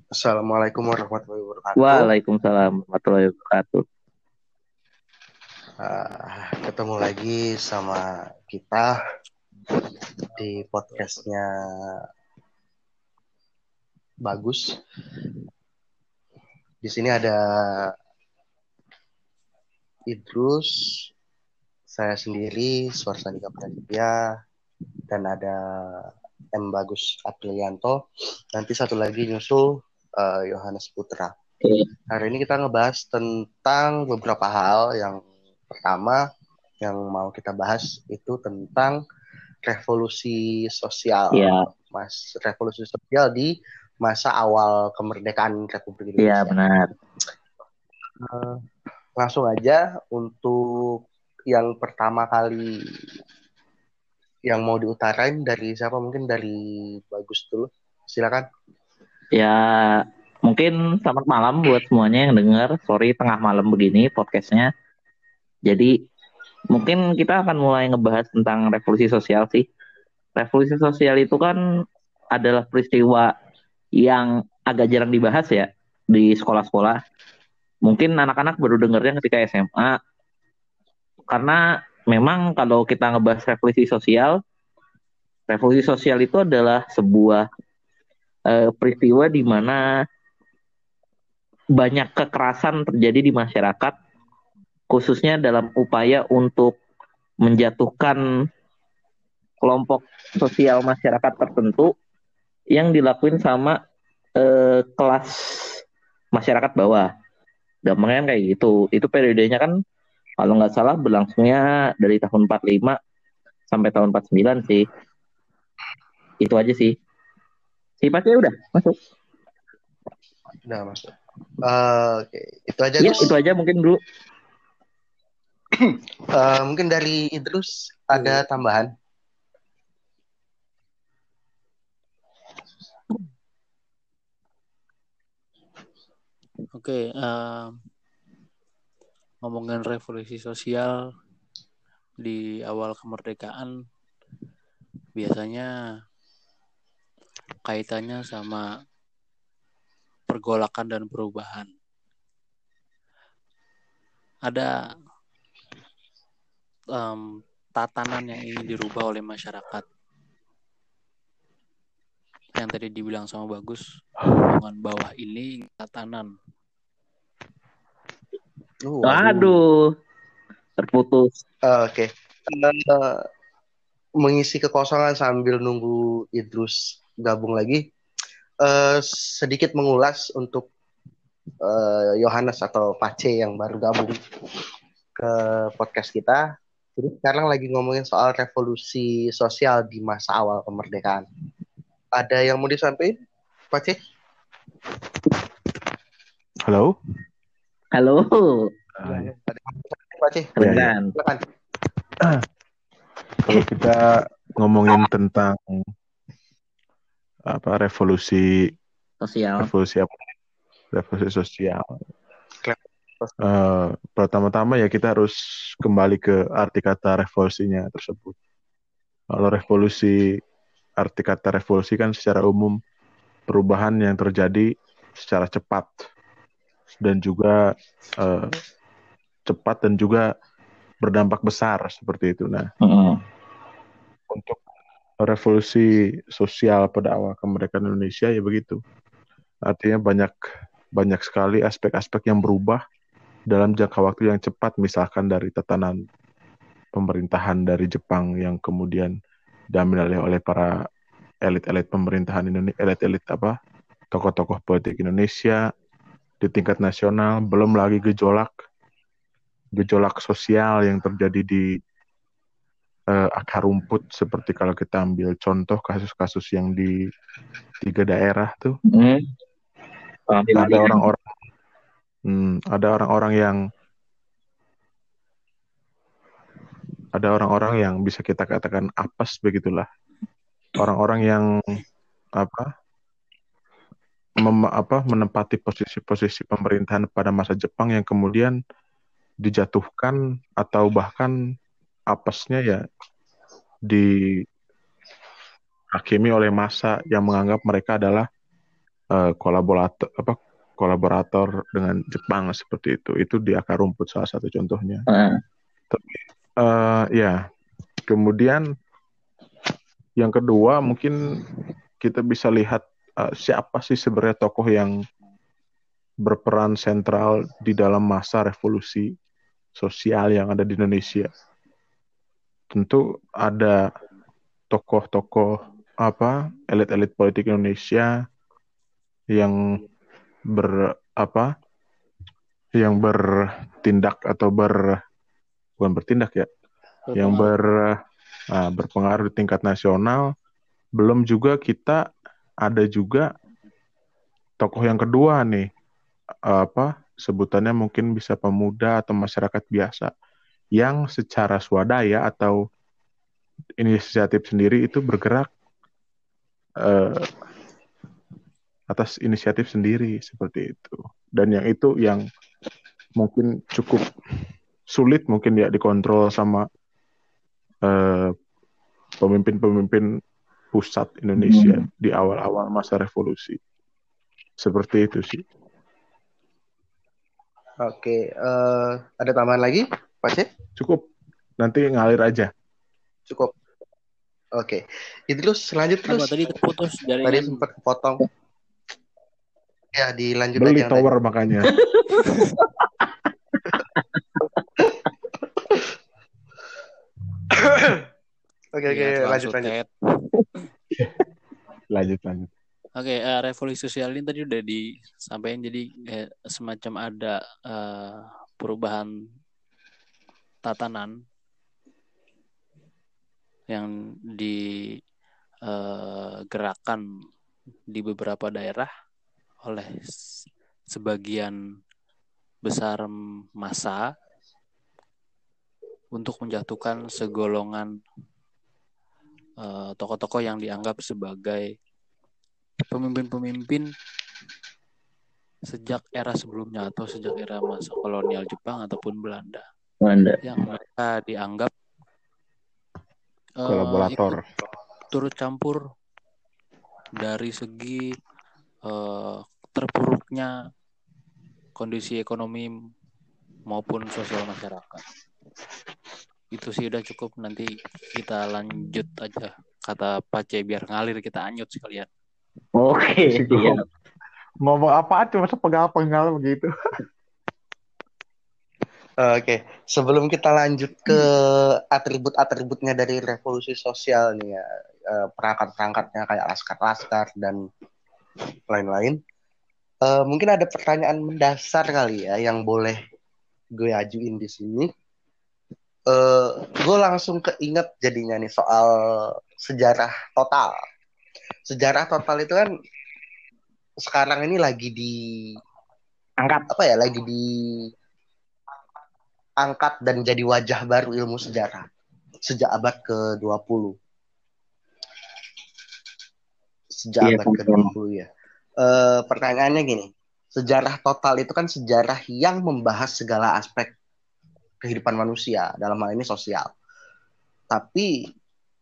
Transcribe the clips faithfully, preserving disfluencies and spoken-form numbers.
Assalamualaikum warahmatullahi wabarakatuh. Waalaikumsalam warahmatullahi wabarakatuh. Uh, ketemu lagi sama kita di podcastnya Bagus. Di sini ada Idrus, saya sendiri, Swarsandika Praditya, dan ada M. Bagus Aprilianto. Nanti satu lagi nyusul uh, Yohanes Putra. Hari ini kita ngebahas tentang beberapa hal. Yang pertama yang mau kita bahas itu tentang revolusi sosial, Iya, mas revolusi sosial di masa awal kemerdekaan Republik iya Indonesia. benar. Uh, langsung aja untuk yang pertama kali yang mau diutarain dari siapa? Mungkin dari Bagus dulu. Silakan. Ya, mungkin selamat malam buat semuanya yang dengar. Sorry tengah malam begini podcastnya. Jadi mungkin kita akan mulai ngebahas tentang revolusi sosial sih. Revolusi sosial itu kan adalah peristiwa yang agak jarang dibahas ya di sekolah-sekolah. Mungkin anak-anak baru dengarnya ketika S M A. Karena memang kalau kita ngebahas revolusi sosial, revolusi sosial itu adalah sebuah eh, peristiwa di mana banyak kekerasan terjadi di masyarakat, khususnya dalam upaya untuk menjatuhkan kelompok sosial masyarakat tertentu yang dilakuin sama eh, kelas masyarakat bawah. Gampangnya kan kayak gitu. Itu periodenya kan kalau nggak salah berlangsungnya dari tahun empat puluh lima sampai tahun empat puluh sembilan sih. Itu aja sih. Sifatnya udah masuk. Udah masuk. Uh, Oke, okay. Itu aja Ya, Gus. itu aja mungkin dulu. Uh, mungkin dari Idrus ada tambahan. Oke, uh, ngomongin revolusi sosial di awal kemerdekaan, biasanya kaitannya sama pergolakan dan perubahan. Ada um, tatanan yang ingin dirubah oleh masyarakat. Yang tadi dibilang sama Bagus, golongan bawah ini tatanan. Uh, Aduh, terputus. Uh, Oke, okay. uh, mengisi kekosongan sambil nunggu Idrus gabung lagi. Uh, sedikit mengulas untuk uh, Yohanes atau Pace yang baru gabung ke podcast kita. Jadi sekarang lagi ngomongin soal revolusi sosial di masa awal kemerdekaan. Ada yang mau disampaikan, Pace? Halo. Halo. Uh, Pace. Ya, ya. Silakan. Kalau kita ngomongin tentang apa revolusi sosial, revolusi apa? Revolusi sosial. Uh, pertama-tama ya kita harus kembali ke arti kata revolusinya tersebut. Kalau revolusi, arti kata revolusi kan secara umum perubahan yang terjadi secara cepat dan juga uh, cepat dan juga berdampak besar seperti itu. Nah, mm-hmm. untuk revolusi sosial pada awal kemerdekaan Indonesia ya begitu. Artinya banyak banyak sekali aspek-aspek yang berubah dalam jangka waktu yang cepat, misalkan dari tatanan pemerintahan dari Jepang yang kemudian diambil alih oleh para elit-elit pemerintahan Indonesia, elit-elit apa, tokoh-tokoh politik Indonesia di tingkat nasional, belum lagi gejolak gejolak sosial yang terjadi di uh, akar rumput, seperti kalau kita ambil contoh kasus-kasus yang di tiga daerah tuh, mm. ada orang-orang Hmm, ada orang-orang yang ada orang-orang yang bisa kita katakan apes begitulah. Orang-orang yang apa? Mem, apa menempati posisi-posisi pemerintahan pada masa Jepang yang kemudian dijatuhkan atau bahkan apesnya ya dihakimi oleh massa yang menganggap mereka adalah uh, kolaborator apa kolaborator dengan Jepang seperti itu. Itu di akar rumput salah satu contohnya. Uh, Uh, ya, kemudian yang kedua mungkin kita bisa lihat uh, siapa sih sebenarnya tokoh yang berperan sentral di dalam masa revolusi sosial yang ada di Indonesia. Tentu ada tokoh-tokoh apa elit-elit politik Indonesia yang ber apa yang bertindak atau ber bukan bertindak ya, Berpengaruh. yang ber uh, berpengaruh di tingkat nasional. Belum juga kita ada juga tokoh yang kedua nih, apa sebutannya mungkin bisa pemuda atau masyarakat biasa yang secara swadaya atau inisiatif sendiri itu bergerak uh, atas inisiatif sendiri seperti itu. Dan yang itu yang mungkin cukup sulit mungkin ya dikontrol sama uh, pemimpin-pemimpin pusat Indonesia hmm. di awal-awal masa revolusi. Seperti itu sih. Oke, uh, ada tambahan lagi, Pak Cep? Cukup, nanti ngalir aja. Cukup. Oke, itu terus lanjut terus. Apa, tadi terputus dari tadi sempat potong. Ya, dilanjut Beli aja. Beli tower makanya. Oke oke ya, lanjut lanjut. lanjut lanjut. Oke, uh, revolusi sosial ini tadi udah disampaikan, jadi eh, semacam ada uh, perubahan tatanan yang digerakkan uh, di beberapa daerah oleh sebagian besar massa untuk menjatuhkan segolongan uh, tokoh-tokoh yang dianggap sebagai pemimpin-pemimpin sejak era sebelumnya atau sejak era masa kolonial Jepang ataupun Belanda, Belanda. yang mereka dianggap kolaborator, uh, turut campur dari segi uh, terpuruknya kondisi ekonomi maupun sosial masyarakat. Itu sih udah cukup, nanti kita lanjut aja kata Pak C biar ngalir, kita anyut sekalian. Oke, iya. Ngomong apaan cuma sepegal-pegal begitu. Oke, okay. Sebelum kita lanjut ke atribut-atributnya dari revolusi sosial nih ya, perangkat-perangkatnya kayak laskar-laskar dan lain-lain, uh, mungkin ada pertanyaan mendasar kali ya yang boleh gue ajuin di sini. Uh, gue langsung keinget jadinya nih soal sejarah total. Sejarah total itu kan sekarang ini lagi di angkat apa ya lagi di angkat dan jadi wajah baru ilmu sejarah sejak abad ke dua puluh. Sejak yeah, abad ke dua puluh ya. Uh, pertanyaannya gini, sejarah total itu kan sejarah yang membahas segala aspek kehidupan manusia, dalam hal ini sosial. Tapi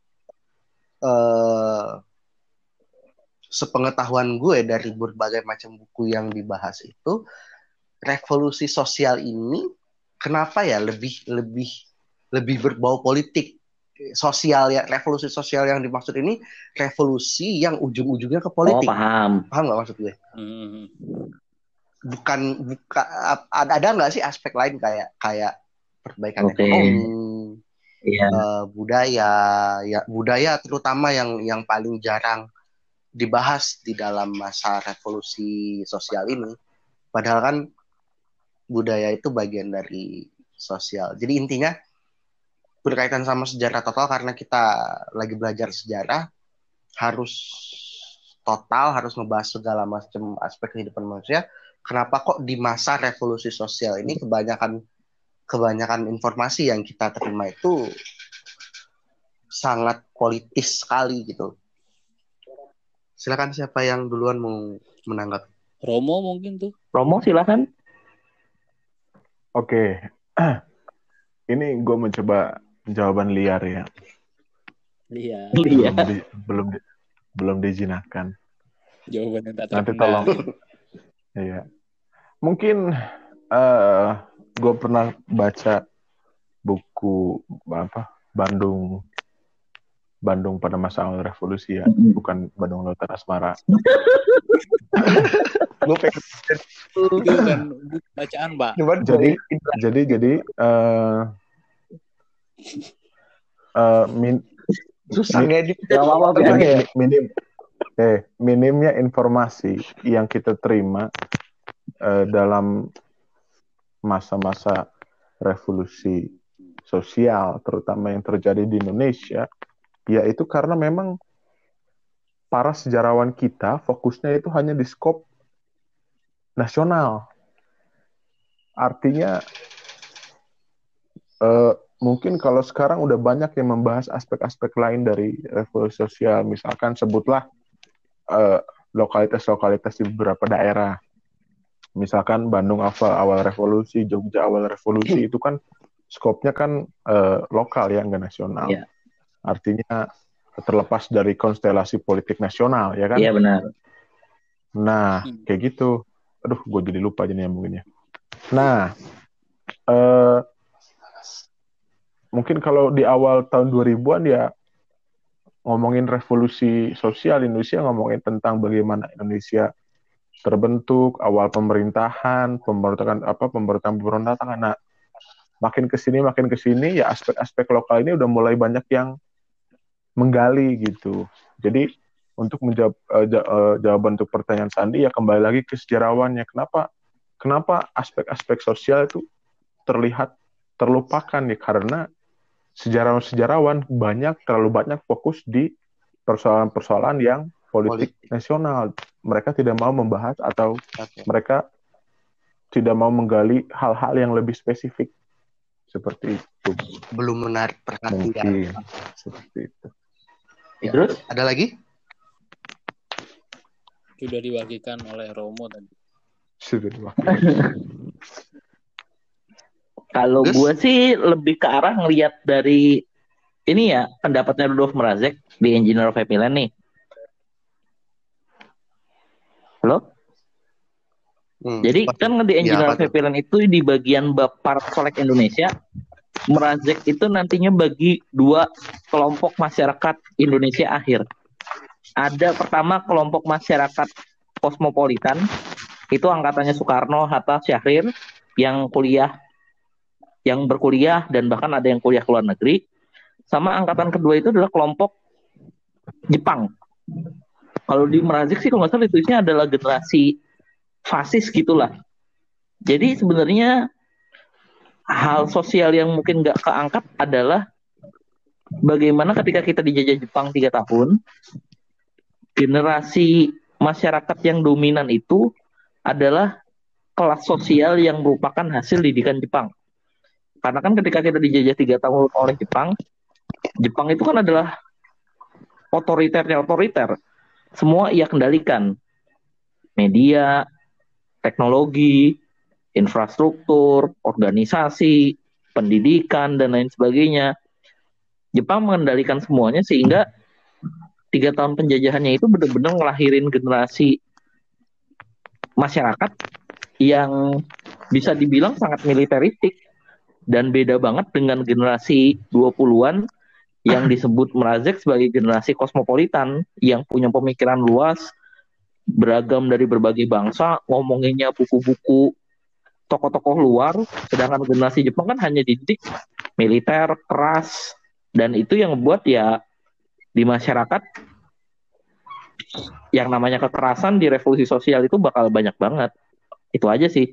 uh, sepengetahuan gue dari berbagai macam buku yang dibahas itu, revolusi sosial ini kenapa ya lebih lebih lebih berbau politik sosial ya. Revolusi sosial yang dimaksud ini revolusi yang ujung-ujungnya ke politik. Oh, paham. Paham nggak maksud gue? Hmm. Bukan buka ada ada nggak sih aspek lain kayak kayak perbaikan okay. ekonomi, yeah. uh, budaya ya budaya terutama yang yang paling jarang dibahas di dalam masa revolusi sosial ini. Padahal kan budaya itu bagian dari sosial. Jadi intinya berkaitan sama sejarah total, karena kita lagi belajar sejarah, harus total, harus membahas segala macam aspek kehidupan manusia. Kenapa kok di masa revolusi sosial ini kebanyakan kebanyakan informasi yang kita terima itu sangat politis sekali gitu. Silakan siapa yang duluan mau menanggapi? Romo mungkin tuh. Romo silakan. Oke. Ini gue mencoba jawaban liar ya. Liar. Belum di, belum di, belum dijinakkan. Jawaban yang tak Nanti tolong. terkendali. Iya. Mungkin uh, gue pernah baca buku apa Bandung Bandung pada masa awal revolusi ya, bukan Bandung Lautan Asmara. Gue pengen Itu bukan buku bacaan, Pak. cuman Jadi jadi jadi uh, uh, min, susah min, ngedit. Gak apa-apa, minim, biar ya. minim, eh, minimnya informasi yang kita terima uh, dalam masa-masa revolusi sosial, terutama yang terjadi di Indonesia, yaitu karena memang para sejarawan kita fokusnya itu hanya di skop nasional. Artinya uh, mungkin kalau sekarang udah banyak yang membahas aspek-aspek lain dari revolusi sosial, misalkan sebutlah uh, lokalitas-lokalitas di beberapa daerah. Misalkan Bandung awal, awal revolusi, Jogja awal revolusi, itu kan skopnya kan uh, lokal ya, nggak nasional. Iya. Artinya terlepas dari konstelasi politik nasional, ya kan? Iya benar. Nah, kayak gitu. Aduh, gue jadi lupa aja nih nyambunginnya. Nah, uh, mungkin kalau di awal tahun dua ribuan ya ngomongin revolusi sosial Indonesia, ngomongin tentang bagaimana Indonesia terbentuk, awal pemerintahan, pemberontakan apa pemberontakan pemberontakan. Nah, makin kesini makin kesini ya aspek-aspek lokal ini udah mulai banyak yang menggali gitu. Jadi untuk menjawab uh, uh, jawaban untuk pertanyaan Sandi ya kembali lagi ke sejarawannya. Kenapa kenapa aspek-aspek sosial itu terlihat terlupakan ya karena sejarawan-sejarawan banyak terlalu banyak fokus di persoalan-persoalan yang politik, politik nasional. Mereka tidak mau membahas atau okay. mereka tidak mau menggali hal-hal yang lebih spesifik seperti itu. Belum menarik perhatian. Mungkin seperti itu. Ya. Terus ada lagi? Sudah diwakilkan oleh Romo tadi. Sudah diwakilkan. Kalau gue sih lebih ke arah ngelihat dari ini ya pendapatnya Rudolf Mrazek di Engineer of Happy Land nih. Halo? Hmm, Jadi apa? Kan di Engineer ya, of Happy Land itu di bagian bab part kolek Indonesia, Mrazek itu nantinya bagi dua kelompok masyarakat Indonesia akhir. Ada pertama kelompok masyarakat kosmopolitan, itu angkatannya Soekarno, Hatta, Syahrir, yang kuliah, yang berkuliah dan bahkan ada yang kuliah ke luar negeri. Sama angkatan kedua itu adalah kelompok Jepang. Kalau di Mrazek sih kalau nggak salah tulisnya adalah generasi fasis gitulah. Jadi sebenarnya hal sosial yang mungkin nggak keangkat adalah bagaimana ketika kita dijajah Jepang tiga tahun, generasi masyarakat yang dominan itu adalah kelas sosial yang merupakan hasil didikan Jepang. Karena kan ketika kita dijajah tiga tahun oleh Jepang, Jepang itu kan adalah otoriternya otoriter. Semua ia kendalikan. Media, teknologi, infrastruktur, organisasi, pendidikan, dan lain sebagainya. Jepang mengendalikan semuanya sehingga tiga tahun penjajahannya itu benar-benar ngelahirin generasi masyarakat yang bisa dibilang sangat militeristik dan beda banget dengan generasi dua puluhan yang disebut Mrazek sebagai generasi kosmopolitan yang punya pemikiran luas, beragam dari berbagai bangsa, ngomonginnya buku-buku tokoh-tokoh luar, sedangkan generasi Jepang kan hanya dididik militer, keras, dan itu yang membuat ya di masyarakat yang namanya kekerasan di revolusi sosial itu bakal banyak banget. Itu aja sih.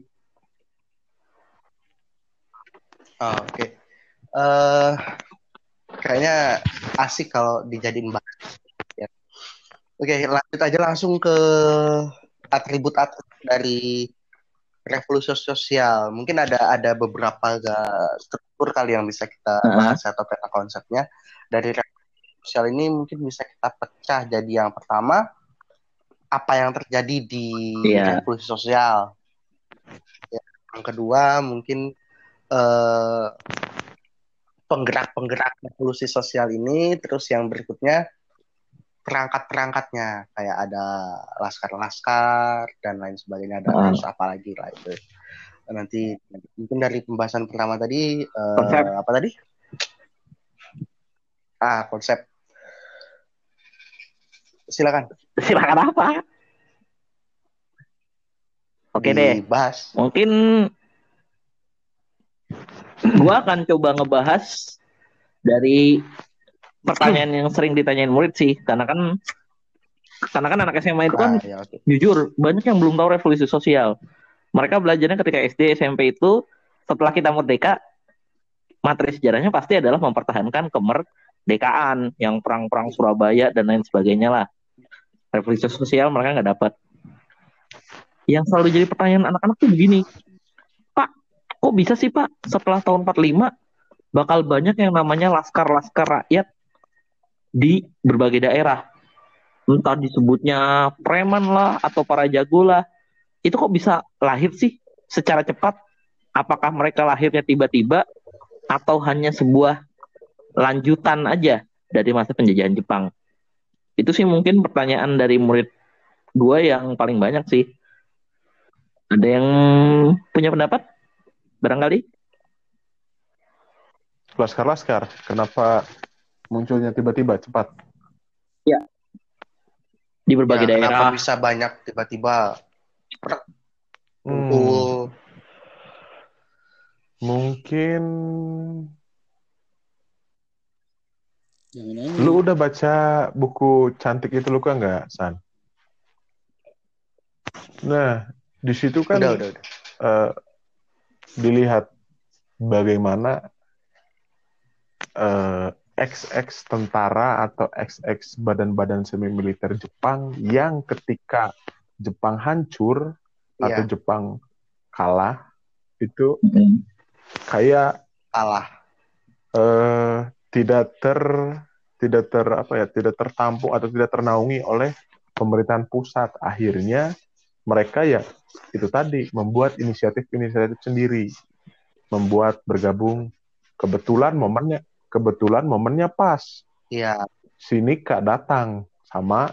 Oh, Oke, okay. uh, kayaknya asik kalau dijadiin bahas. Ya. Oke, okay, lanjut aja langsung ke atribut-atribut dari revolusi sosial. Mungkin ada ada beberapa struktur kali yang bisa kita bahas uh-huh. atau peta konsepnya. Dari revolusi sosial ini mungkin bisa kita pecah jadi yang pertama, apa yang terjadi di yeah. revolusi sosial. Ya, yang kedua mungkin eh, penggerak-penggerak revolusi sosial ini. Terus yang berikutnya perangkat-perangkatnya, kayak ada laskar-laskar dan lain sebagainya, ada Uh, terus apa lagi lah itu. Nanti mungkin dari pembahasan pertama tadi konsep eh, apa tadi? Ah, konsep. Silakan silakan apa? Oke deh, dibahas. mungkin gua akan coba ngebahas dari pertanyaan yang sering ditanyain murid sih, karena kan karena kan anak S M A itu kan Ah, ya oke. jujur banyak yang belum tahu revolusi sosial. Mereka belajarnya ketika S D, S M P itu setelah kita merdeka, materi sejarahnya pasti adalah mempertahankan kemerdekaan, yang perang-perang Surabaya dan lain sebagainya lah. Revolusi sosial mereka nggak dapat. Yang selalu jadi pertanyaan anak-anak tuh begini, Pak, kok bisa sih Pak setelah tahun empat puluh lima bakal banyak yang namanya laskar-laskar rakyat di berbagai daerah? Entah disebutnya preman lah atau para jago lah. Itu kok bisa lahir sih secara cepat? Apakah mereka lahirnya tiba-tiba atau hanya sebuah lanjutan aja dari masa penjajahan Jepang? Itu sih mungkin pertanyaan dari murid gue yang paling banyak sih. Ada yang punya pendapat? Barangkali? Laskar-laskar, kenapa munculnya tiba-tiba cepat? Ya, di berbagai Ya, kenapa daerah. bisa banyak tiba-tiba per- Hmm, kumpul? mungkin Jangan nanya. lu udah baca buku Cantik Itu Luka nggak, San? Nah, di situ kan Udah, udah, udah. eh, dilihat bagaimana eh, X X tentara atau X X badan-badan semi militer Jepang yang ketika Jepang hancur atau Iya, Jepang kalah itu Mm. kayak kalah. eh, tidak ter tidak ter apa ya tidak tertampung atau tidak ternaungi oleh pemerintahan pusat. Akhirnya mereka ya itu tadi membuat inisiatif-inisiatif sendiri, membuat bergabung. Kebetulan momennya kebetulan momennya pas. Iya, Si Nika datang sama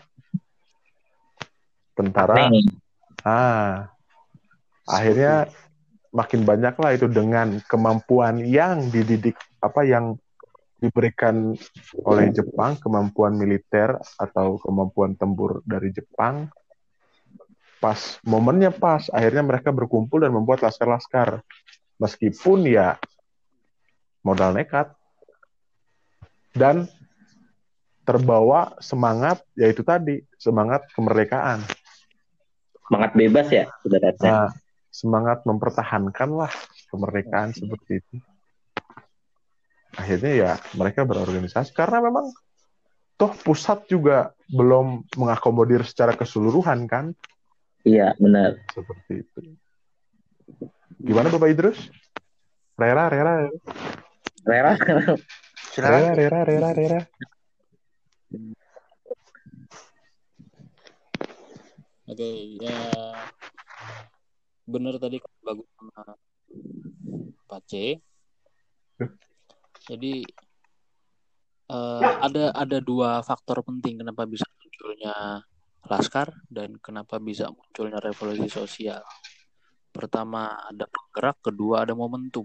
tentara. Aneh. Ah, akhirnya makin banyak lah itu dengan kemampuan yang dididik apa yang diberikan oleh Jepang, kemampuan militer atau kemampuan tempur dari Jepang. Pas momennya pas, akhirnya mereka berkumpul dan membuat laskar-laskar. Meskipun ya modal nekat dan terbawa semangat, yaitu tadi semangat kemerdekaan. Semangat bebas ya, ibaratnya. Nah, semangat mempertahankan lah kemerdekaan seperti itu. Akhirnya ya mereka berorganisasi karena memang toh pusat juga belum mengakomodir secara keseluruhan kan, Iya, benar. seperti itu. Gimana Bapak Idrus? Rera, Rera, Rera. silakan. Rera, Rera, Rera, Rera. Oke, ya benar tadi bagus sama Pak C. Jadi eh, ada ada dua faktor penting kenapa bisa munculnya laskar dan kenapa bisa munculnya revolusi sosial. Pertama ada penggerak, kedua ada momentum.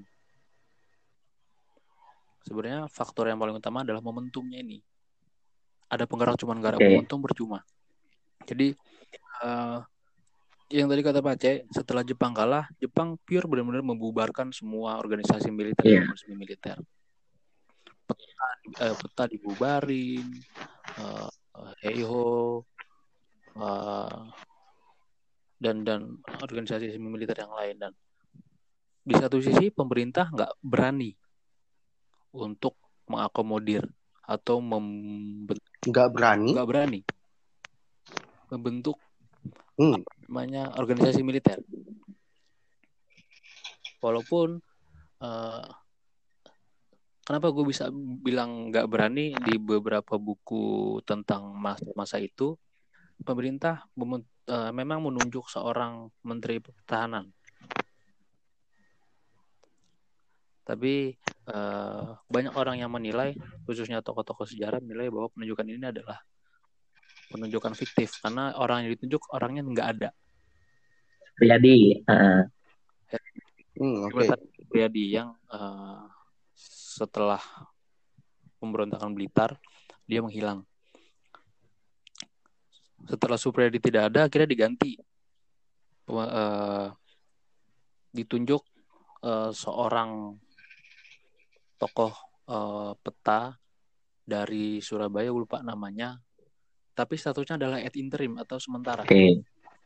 Sebenarnya faktor yang paling utama adalah momentumnya ini. Ada penggerak cuma nggak ada Oke. momentum percuma. Jadi uh, yang tadi kata Pak C, setelah Jepang kalah, Jepang pure benar-benar membubarkan semua organisasi militer Iya. dan semi militer. Peta, eh, peta dibubarin, uh, heiho, uh, dan dan organisasi semi militer yang lain. Dan di satu sisi pemerintah nggak berani untuk mengakomodir atau membentuk Nggak berani. nggak berani membentuk Hmm. namanya organisasi militer. Walaupun uh, kenapa gue bisa bilang nggak berani, di beberapa buku tentang masa-masa itu pemerintah mem- uh, memang menunjuk seorang menteri pertahanan. Tapi uh, banyak orang yang menilai, khususnya tokoh-tokoh sejarah menilai bahwa penunjukan ini adalah penunjukan fiktif karena orang yang ditunjuk orangnya nggak ada. Priyadi. Uh. Hmm, oke. Okay. Priyadi yang uh, setelah pemberontakan Blitar dia menghilang. Setelah Supriyadi tidak ada, akhirnya diganti. Uh, ditunjuk uh, seorang tokoh uh, peta dari Surabaya, lupa namanya, tapi statusnya adalah ad interim atau sementara. Okay.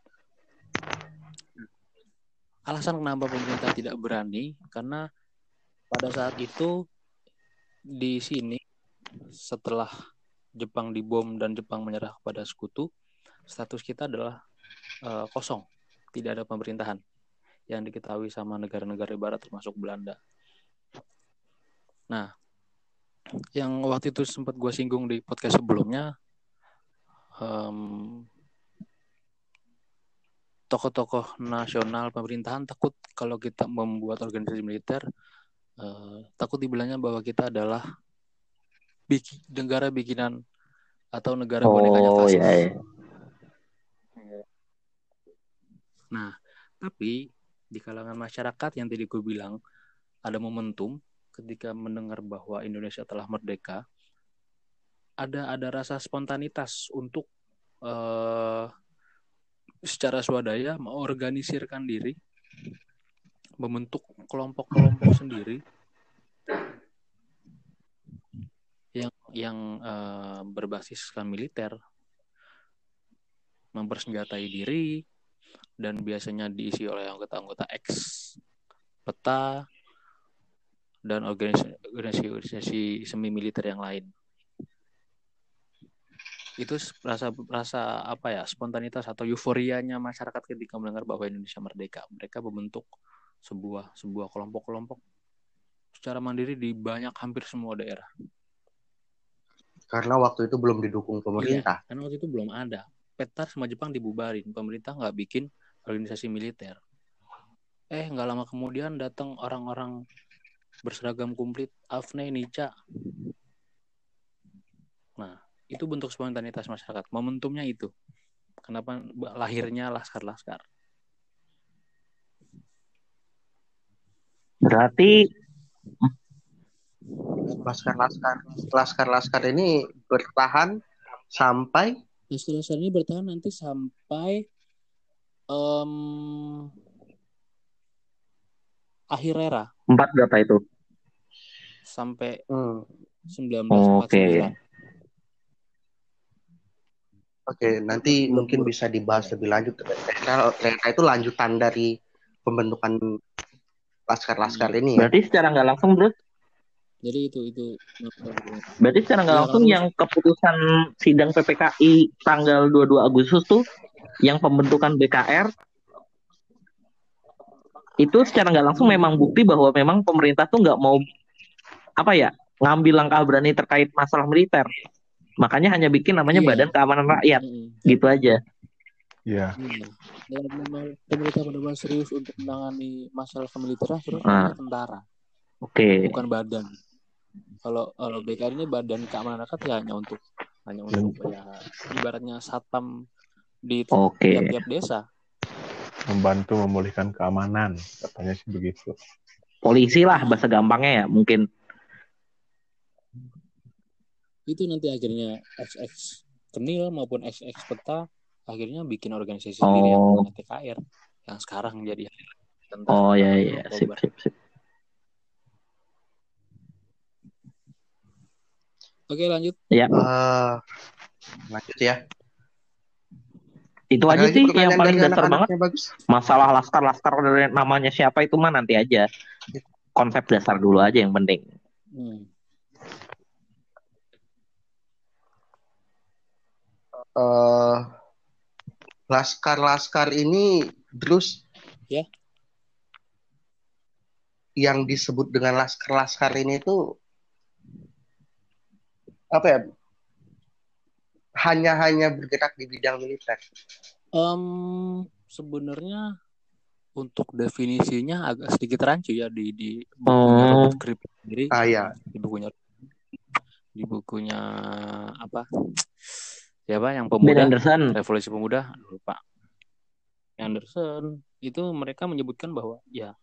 Alasan kenapa pemerintah tidak berani karena pada saat itu di sini setelah Jepang dibom dan Jepang menyerah kepada sekutu, status kita adalah uh, kosong, tidak ada pemerintahan yang diketahui sama negara-negara barat termasuk Belanda. Nah, yang waktu itu sempat gue singgung di podcast sebelumnya, um, tokoh-tokoh nasional pemerintahan takut kalau kita membuat organisasi militer, uh, takut dibilangnya bahwa kita adalah bikin, negara bikinan atau negara oh, bonekanya fasis. Iya, iya. Nah, tapi di kalangan masyarakat yang tadi gue bilang ada momentum ketika mendengar bahwa Indonesia telah merdeka, ada ada rasa spontanitas untuk uh, secara swadaya mengorganisirkan diri, membentuk kelompok-kelompok sendiri yang yang uh, berbasiskan militer, mempersenjatai diri, dan biasanya diisi oleh anggota-anggota ex peta dan organisasi-organisasi semi militer yang lain. Itu rasa rasa apa ya, spontanitas atau euforianya masyarakat ketika mendengar bahwa Indonesia merdeka. Mereka membentuk sebuah sebuah kelompok-kelompok secara mandiri di banyak hampir semua daerah. Karena waktu itu belum didukung pemerintah. Iya, karena waktu itu belum ada. Peta sama Jepang dibubarin, pemerintah nggak bikin organisasi militer. Eh, nggak lama kemudian datang orang-orang berseragam komplit, Afne, Nica. Nah, itu bentuk spontanitas masyarakat. Momentumnya itu. Kenapa lahirnya laskar-laskar. Berarti laskar-laskar laskar-laskar ini bertahan sampai laskar-laskar ini bertahan nanti sampai um, akhir era. Empat berapa itu? Sampai hmm. sembilan belas empat puluh sembilan. Oke. Oke, nanti mungkin bisa dibahas lebih lanjut. Karena itu lanjutan dari pembentukan laskar-laskar ini ya. Berarti secara nggak langsung, Bro? Jadi itu itu. Berarti secara nggak ya, langsung yang keputusan sidang P P K I tanggal dua puluh dua Agustus tuh, yang pembentukan B K R, itu secara nggak langsung memang bukti bahwa memang pemerintah tuh nggak mau apa ya ngambil langkah berani terkait masalah militer. Makanya hanya bikin namanya iya. Badan Keamanan Rakyat, mm-hmm. gitu aja. Iya. Yeah. Dan memang pemerintah benar-benar serius untuk menangani masalah kemiliteran, terus ah. tentara. Oke. Okay. Bukan badan. Kalau kalau B K R ini Badan Keamanan Rakyat ya hanya untuk hanya untuk hmm. ya ibaratnya satpam di okay. tiap-tiap desa. Membantu memulihkan keamanan, katanya sih begitu. Polisi lah bahasa gampangnya ya mungkin. Itu nanti akhirnya X X Kenil maupun X X Peta akhirnya bikin organisasi oh. sendiri yang T K R yang sekarang jadi tentara. Oh ya ya sip sip sip. Oke lanjut. Ya. Uh, lanjut ya. Itu ada aja sih yang paling dasar banget. Bagus. Masalah laskar-laskar namanya siapa itu mah nanti aja. Konsep dasar dulu aja yang penting. Hmm. Uh, laskar-laskar ini terus ya. Yang disebut dengan laskar-laskar ini tuh apa ya? Hanya-hanya bergerak di bidang militer. Um, sebenarnya untuk definisinya agak sedikit rancu ya di di bukunya oh. Robert Kripp sendiri. Ah ya. Di bukunya di bukunya apa? siapa yang Ben pemuda Anderson. revolusi pemuda lupa Anderson itu mereka menyebutkan bahwa ya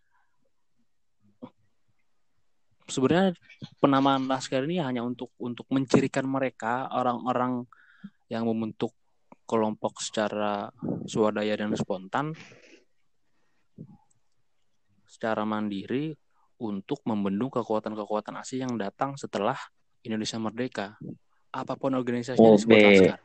sebenarnya penamaan Laskar ini hanya untuk untuk mencirikan mereka orang-orang yang membentuk kelompok secara swadaya dan spontan secara mandiri untuk membendung kekuatan-kekuatan asing yang datang setelah Indonesia merdeka. Apapun organisasinya disebut Oke. Laskar.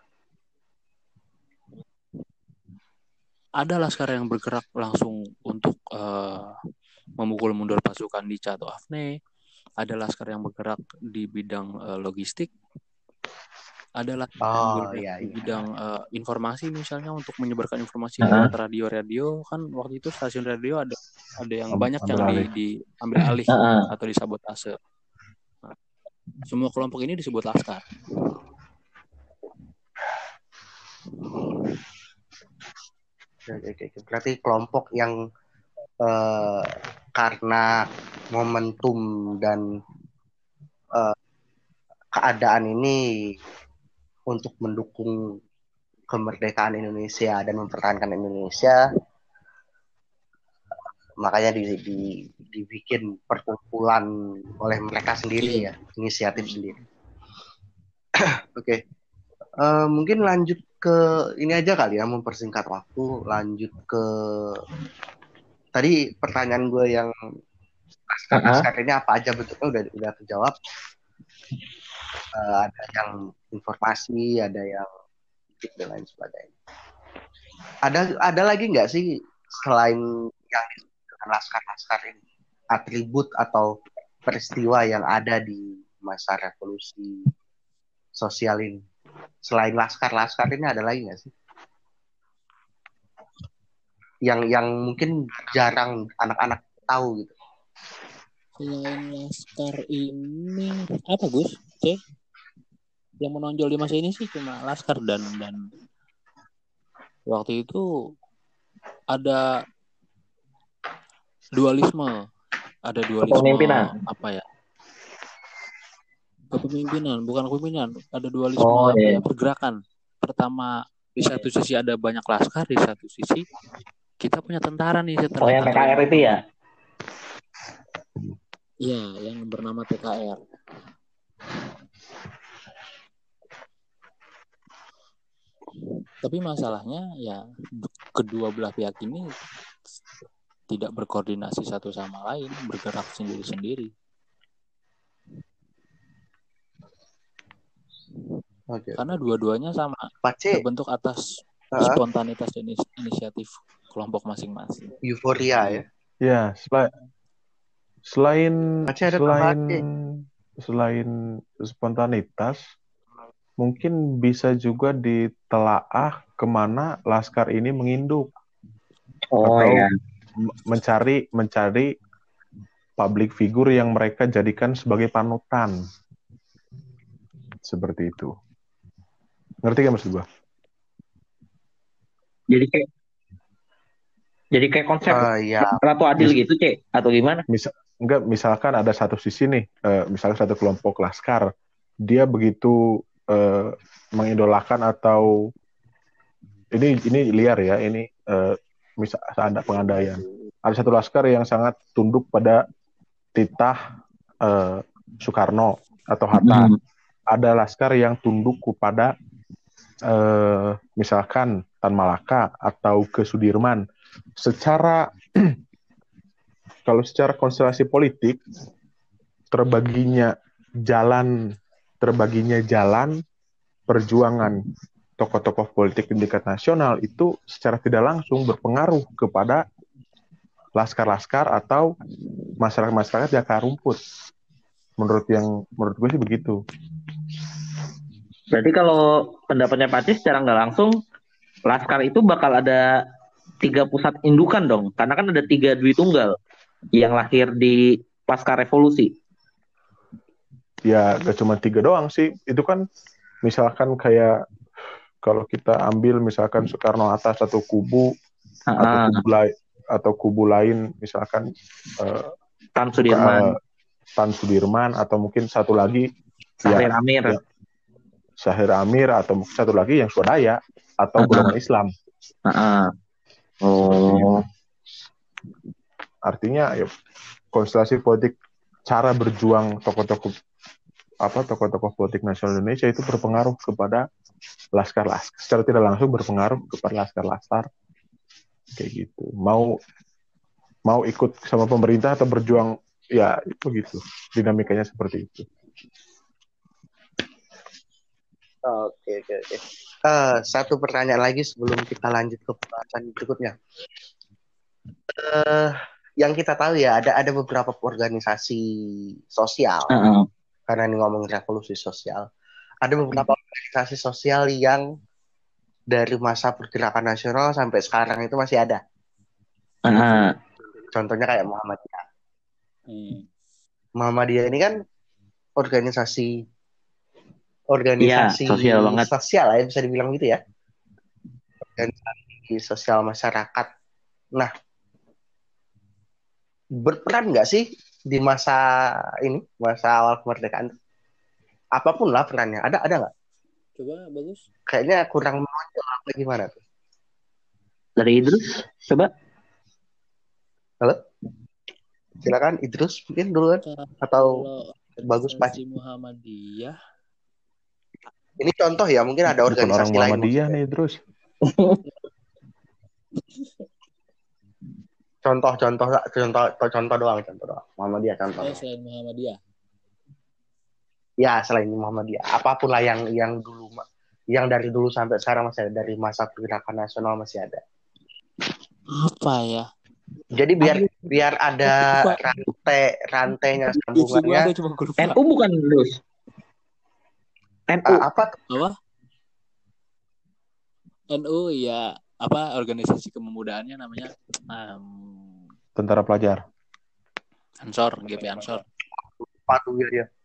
Ada Laskar yang bergerak langsung untuk uh, memukul mundur pasukan di Cato Afne. Ada Laskar yang bergerak di bidang uh, logistik. Ada Laskar yang Oh bergerak iya di iya. bidang uh, informasi misalnya untuk menyebarkan informasi Ah. lewat radio-radio. Kan waktu itu stasiun radio ada ada yang Am- banyak yang ambil di, alih. diambil alih Ah. atau disabotase. Nah, semua kelompok ini disebut Laskar. Oke, oke, oke. Berarti kelompok yang eh, karena momentum dan eh, keadaan ini untuk mendukung kemerdekaan Indonesia dan mempertahankan Indonesia, makanya di, di, dibikin perkumpulan oleh mereka sendiri ya, inisiatif sendiri. Oke, Eh, mungkin lanjut ke ini aja kali ya, mempersingkat waktu, lanjut ke tadi pertanyaan gue yang laskar-laskar ini apa aja bentuknya udah udah terjawab. Uh, ada yang informasi, ada yang dan lain sebagainya. Ada ada lagi nggak sih selain yang disebutkan laskar-laskar ini atribut atau peristiwa yang ada di masa revolusi sosial ini? Selain laskar-laskar ini ada lagi nggak sih? Yang yang mungkin jarang anak-anak tahu gitu. Selain Laskar ini apa Gus? Oke. Yang menonjol di masa ini sih cuma Laskar dan dan waktu itu ada dualisme, ada dualisme Kepemimpinan. apa ya? Kepemimpinan, bukan kepemimpinan, ada dualisme Oh, apa iya. ya? Pergerakan. Pertama di satu sisi ada banyak Laskar, di satu sisi kita punya tentara nih setelah Oh, yang P K R itu ya? Iya, yang bernama P K R. Tapi masalahnya ya kedua belah pihak ini tidak berkoordinasi satu sama lain, bergerak sendiri-sendiri. Okay. Karena dua-duanya sama Pace, terbentuk atas uh, spontanitas dan inisiatif kelompok masing-masing. Euforia ya. Ya, selain selain Pace ada selain tambahan, selain spontanitas, mungkin bisa juga ditelaah kemana Laskar ini menginduk. Oh, atau ya. mencari mencari public figure yang mereka jadikan sebagai panutan. Seperti itu. Ngerti gak maksud gua? Jadi kayak jadi kayak konsep uh, ya. Ratu Adil Mis- gitu, Cek, atau gimana? Misal, enggak, misalkan ada satu sisi nih, uh, misalkan satu kelompok Laskar, dia begitu uh, mengidolakan atau ini ini liar ya, ini uh, misal ada pengandaian. Ada satu Laskar yang sangat tunduk pada titah uh, Soekarno atau Hatta. Hmm. Ada Laskar yang tunduk kepada uh, misalkan Tan Malaka atau ke Sudirman. Secara kalau secara konstelasi politik terbaginya jalan terbaginya jalan perjuangan tokoh-tokoh politik di tingkat nasional itu secara tidak langsung berpengaruh kepada laskar-laskar atau masyarakat-masyarakat di akar rumput. Menurut yang menurut gue sih begitu. Berarti kalau pendapatnya Pacis secara nggak langsung Laskar itu bakal ada tiga pusat indukan dong, karena kan ada tiga Dwi Tunggal yang lahir di pasca revolusi. Ya, gak cuma tiga doang sih. Itu kan misalkan kayak kalau kita ambil misalkan Soekarno-Hatta satu kubu Ha-ha. atau kubu lain atau kubu lain misalkan uh, Tan Sudirman, uh, Tan Sudirman atau mungkin satu lagi Sahrir ya, Amir. Ya, Syahir Amir atau satu lagi yang swadaya atau Uh-uh. golongan Islam. Uh-uh. Seperti itu. Oh, Artinya ya, konstelasi politik, cara berjuang tokoh-tokoh apa tokoh-tokoh politik nasional Indonesia itu berpengaruh kepada laskar-laskar, secara tidak langsung berpengaruh kepada laskar-laskar kayak gitu. Mau mau ikut sama pemerintah atau berjuang, ya begitu. Dinamikanya seperti itu. Oke, oke, oke. Uh, satu pertanyaan lagi sebelum kita lanjut ke pembahasan berikutnya. Uh, yang kita tahu ya, ada ada beberapa organisasi sosial. uh-uh. Karena ini ngomongin revolusi sosial. Ada beberapa organisasi sosial yang dari masa pergerakan nasional sampai sekarang itu masih ada. Uh-uh. Contohnya kayak Muhammadiyah. Hmm. Muhammadiyah ini kan organisasi organisasi Iya, sosial banget. sosial ya, bisa dibilang gitu ya. Organisasi sosial masyarakat. Nah, berperan nggak sih di masa ini, masa awal kemerdekaan? Apapun lah perannya, ada ada nggak? Coba bagus. Kayaknya kurang menonjol apa gimana tuh? Dari Idrus, coba. Halo? Silakan Idrus mungkin duluan atau bagus Pak. Muhammadiyah. Ini contoh ya, mungkin ada Bukan organisasi orang lain. Muhammadiyah nih terus. Contoh, contoh, contoh, contoh doang, contoh doang. Muhammadiyah contoh. Oh, selain Muhammadiyah. Ya, selain Muhammadiyah, apapun lah yang yang dulu, yang dari dulu sampai sekarang masih ada, dari masa pergerakan nasional masih ada. Apa ya? Jadi biar Aduh. biar ada Lupa. rantai rantainya sambungannya. Ada, cuma gue lupa. N U bukan Idrus. N U. Uh, apa? Apa? N U ya, apa organisasi kepemudaannya namanya? Um, Tentara Pelajar. Ansor, G P Ansor. Patuh ya dia.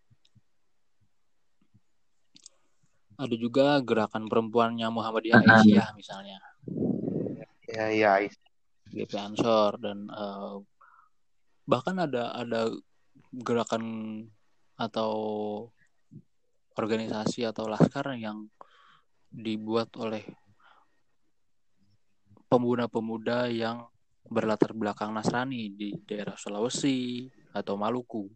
Ada juga gerakan perempuannya Muhammadiyah Uh-huh. Aisyah misalnya. Ya, ya. G P Ansor dan uh, bahkan ada ada gerakan atau organisasi atau laskar yang dibuat oleh pemuda-pemuda yang berlatar belakang Nasrani di daerah Sulawesi atau Maluku.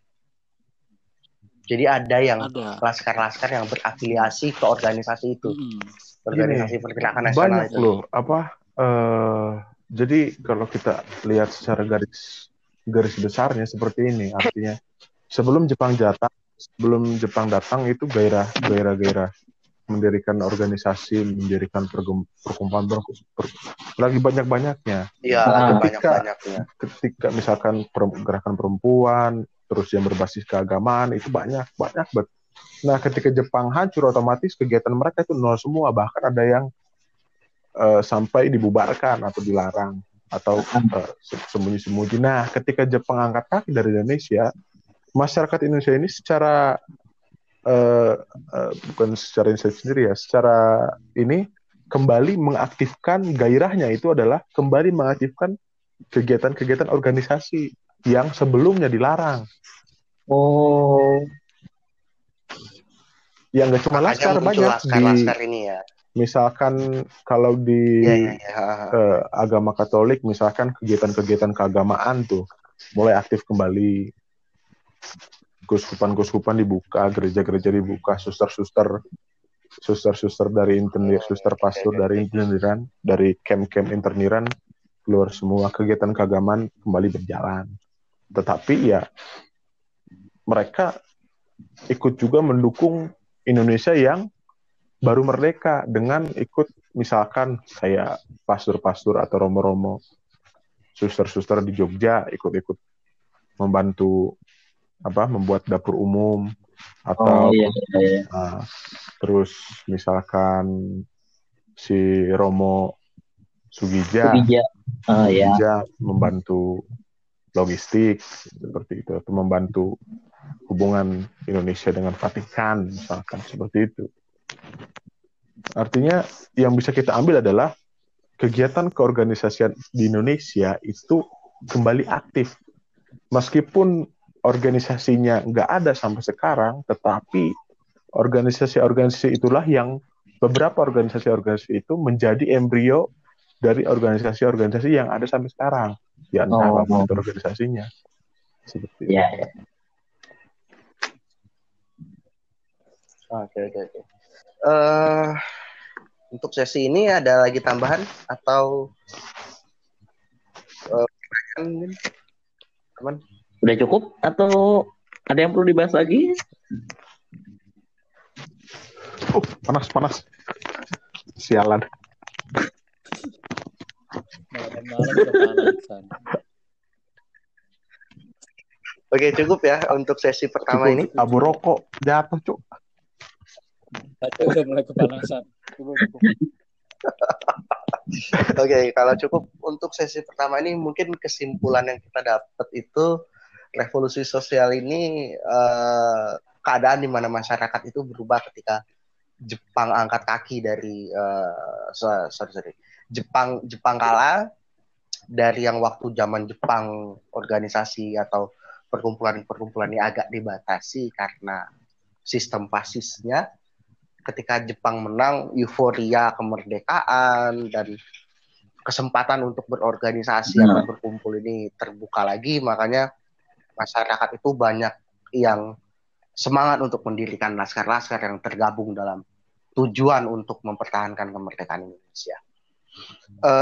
Jadi ada yang Ada. laskar-laskar yang berafiliasi ke organisasi itu. Mm-mm. Organisasi Gini, pergerakan nasional banyak itu. loh apa uh, jadi kalau kita lihat secara garis garis besarnya seperti ini, artinya sebelum Jepang datang sebelum Jepang datang itu gairah gairah gairah mendirikan organisasi, mendirikan perkumpulan per, per, lagi banyak-banyaknya. Iya, Nah, lagi ketika, banyak-banyaknya. Ketika misalkan per, gerakan perempuan, terus yang berbasis keagamaan itu banyak banyak banget. Nah, ketika Jepang hancur, otomatis kegiatan mereka itu nol semua, bahkan ada yang uh, sampai dibubarkan atau dilarang atau uh, sembunyi-sembunyi. Nah, ketika Jepang angkat kaki dari Indonesia, masyarakat Indonesia ini secara uh, uh, bukan secara inisiatif sendiri ya, secara ini kembali mengaktifkan gairahnya, itu adalah kembali mengaktifkan kegiatan-kegiatan organisasi yang sebelumnya dilarang. Oh. Yang nggak cuma Makanya laskar, muncul banyak laskar-laskar di ini ya. misalkan kalau di Ya, ya, ya. Uh, agama Katolik, misalkan kegiatan-kegiatan keagamaan tuh mulai aktif kembali, guskupan-guskupan dibuka, gereja-gereja dibuka, suster-suster suster-suster dari internir, suster pastor dari interniran, dari camp-camp interniran keluar semua, kegiatan keagamaan kembali berjalan. Tetapi ya mereka ikut juga mendukung Indonesia yang baru merdeka dengan ikut misalkan kayak pastor-pastor atau romo-romo, suster-suster di Jogja ikut-ikut membantu apa membuat dapur umum atau oh, iya, iya, iya. Uh, terus misalkan si Romo Sugija, Sugija. Oh, Sugija iya. membantu logistik seperti itu, atau membantu hubungan Indonesia dengan Vatikan misalkan seperti itu. Artinya yang bisa kita ambil adalah kegiatan keorganisasian di Indonesia itu kembali aktif. Meskipun organisasinya nggak ada sampai sekarang, tetapi organisasi-organisasi itulah yang beberapa organisasi-organisasi itu menjadi embrio dari organisasi-organisasi yang ada sampai sekarang. Ya entah Oh, apapun itu organisasinya. Seperti ya, itu. ya. Oke, oke, oke. Eh, untuk sesi ini ada lagi tambahan atau eh, mungkin, teman? Udah cukup atau ada yang perlu dibahas lagi? Uh, panas, panas. Sialan. Malam-malam kepanasan. Oke, cukup ya untuk sesi pertama Cukup, ini. abu rokok jatuh, Cuk. Tadi udah mulai kepanasan. Cukup, cukup. Oke, kalau cukup untuk sesi pertama ini mungkin kesimpulan yang kita dapat itu revolusi sosial ini eh, keadaan di mana masyarakat itu berubah ketika Jepang angkat kaki dari uh, sorry sorry Jepang Jepang kalah dari yang waktu zaman Jepang organisasi atau perkumpulan-perkumpulan ini agak dibatasi karena sistem fasisnya. Ketika Jepang menang, euforia kemerdekaan dan kesempatan untuk berorganisasi Nah. atau berkumpul ini terbuka lagi, makanya masyarakat itu banyak yang semangat untuk mendirikan laskar-laskar yang tergabung dalam tujuan untuk mempertahankan kemerdekaan Indonesia. Uh,